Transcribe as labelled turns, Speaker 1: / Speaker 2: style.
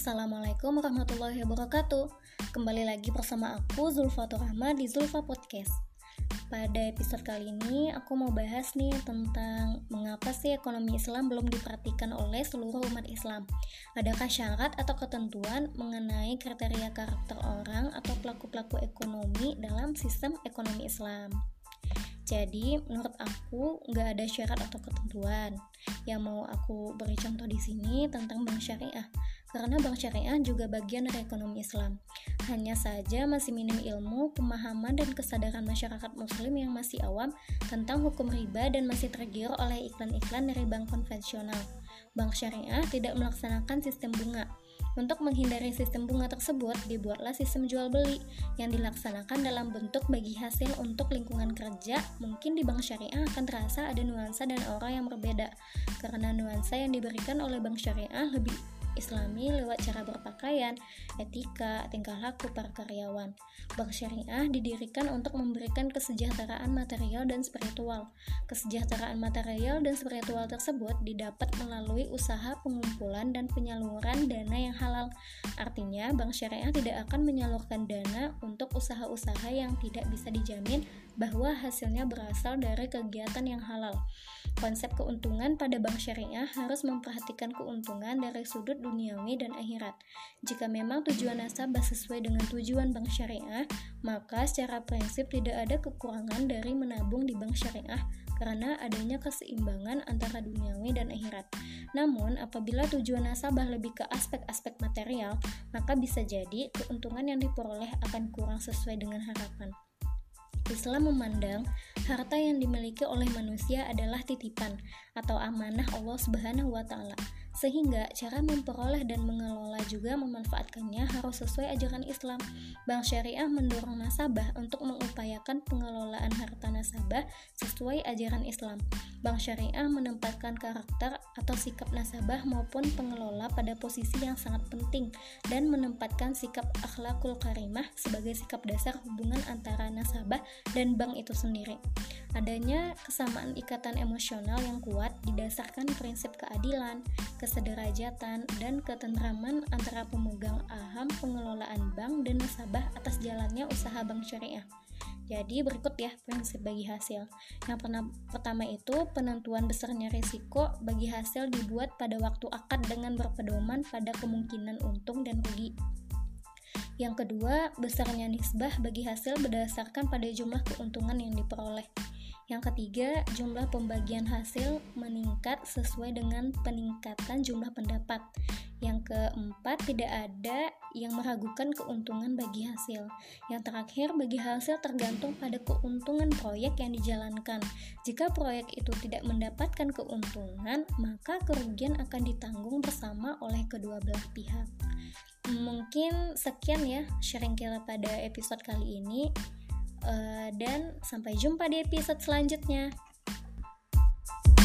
Speaker 1: Assalamualaikum warahmatullahi wabarakatuh. Kembali lagi bersama aku Zulfatur Rahma di Zulfa Podcast. Pada episode kali ini aku mau bahas nih tentang mengapa sih ekonomi Islam belum diperhatikan oleh seluruh umat Islam. Adakah syarat atau ketentuan mengenai kriteria karakter orang atau pelaku-pelaku ekonomi dalam sistem ekonomi Islam? Jadi menurut aku nggak ada syarat atau ketentuan. Yang mau aku beri contoh di sini tentang bank syariah. Karena bank syariah juga bagian dari ekonomi Islam. Hanya saja masih minim ilmu, pemahaman, dan kesadaran masyarakat muslim yang masih awam tentang hukum riba dan masih tergiur oleh iklan-iklan dari bank konvensional. Bank syariah tidak melaksanakan sistem bunga. Untuk menghindari sistem bunga tersebut, dibuatlah sistem jual beli yang dilaksanakan dalam bentuk bagi hasil untuk lingkungan kerja. Mungkin di bank syariah akan terasa ada nuansa dan aura yang berbeda, karena nuansa yang diberikan oleh bank syariah lebih Islami lewat cara berpakaian, etika, tingkah laku para karyawan. Bank syariah didirikan untuk memberikan kesejahteraan material dan spiritual. Kesejahteraan material dan spiritual tersebut didapat melalui usaha pengumpulan dan penyaluran dana yang halal. Artinya, bank syariah tidak akan menyalurkan dana untuk usaha-usaha yang tidak bisa dijamin bahwa hasilnya berasal dari kegiatan yang halal. Konsep keuntungan pada bank syariah harus memperhatikan keuntungan dari sudut duniawi dan akhirat. Jika memang tujuan nasabah sesuai dengan tujuan bank syariah, maka secara prinsip tidak ada kekurangan dari menabung di bank syariah karena adanya keseimbangan antara duniawi dan akhirat. Namun, apabila tujuan nasabah lebih ke aspek-aspek material, maka bisa jadi keuntungan yang diperoleh akan kurang sesuai dengan harapan. Islam memandang harta yang dimiliki oleh manusia adalah titipan atau amanah Allah Subhanahu wa Ta'ala, sehingga cara memperoleh dan mengelola juga memanfaatkannya harus sesuai ajaran Islam. Bank syariah mendorong nasabah untuk mengupayakan pengelolaan harta nasabah sesuai ajaran Islam. Bank syariah menempatkan karakter atau sikap nasabah maupun pengelola pada posisi yang sangat penting dan menempatkan sikap akhlakul karimah sebagai sikap dasar hubungan antara nasabah dan bank itu sendiri. Adanya kesamaan ikatan emosional yang kuat didasarkan prinsip keadilan, kesederajatan, dan ketentraman antara pemegang saham pengelolaan bank dan nasabah atas jalannya usaha bank syariah. Jadi berikut ya prinsip bagi hasil. Yang pertama itu penentuan besarnya risiko bagi hasil dibuat pada waktu akad dengan berpedoman pada kemungkinan untung dan rugi. Yang kedua, besarnya nisbah bagi hasil berdasarkan pada jumlah keuntungan yang diperoleh. Yang ketiga, jumlah pembagian hasil meningkat sesuai dengan peningkatan jumlah pendapat. Yang keempat, tidak ada yang meragukan keuntungan bagi hasil. Yang terakhir, bagi hasil tergantung pada keuntungan proyek yang dijalankan. Jika proyek itu tidak mendapatkan keuntungan, maka kerugian akan ditanggung bersama oleh kedua belah pihak. Mungkin sekian ya sharing kita pada episode kali ini. Dan sampai jumpa di episode selanjutnya.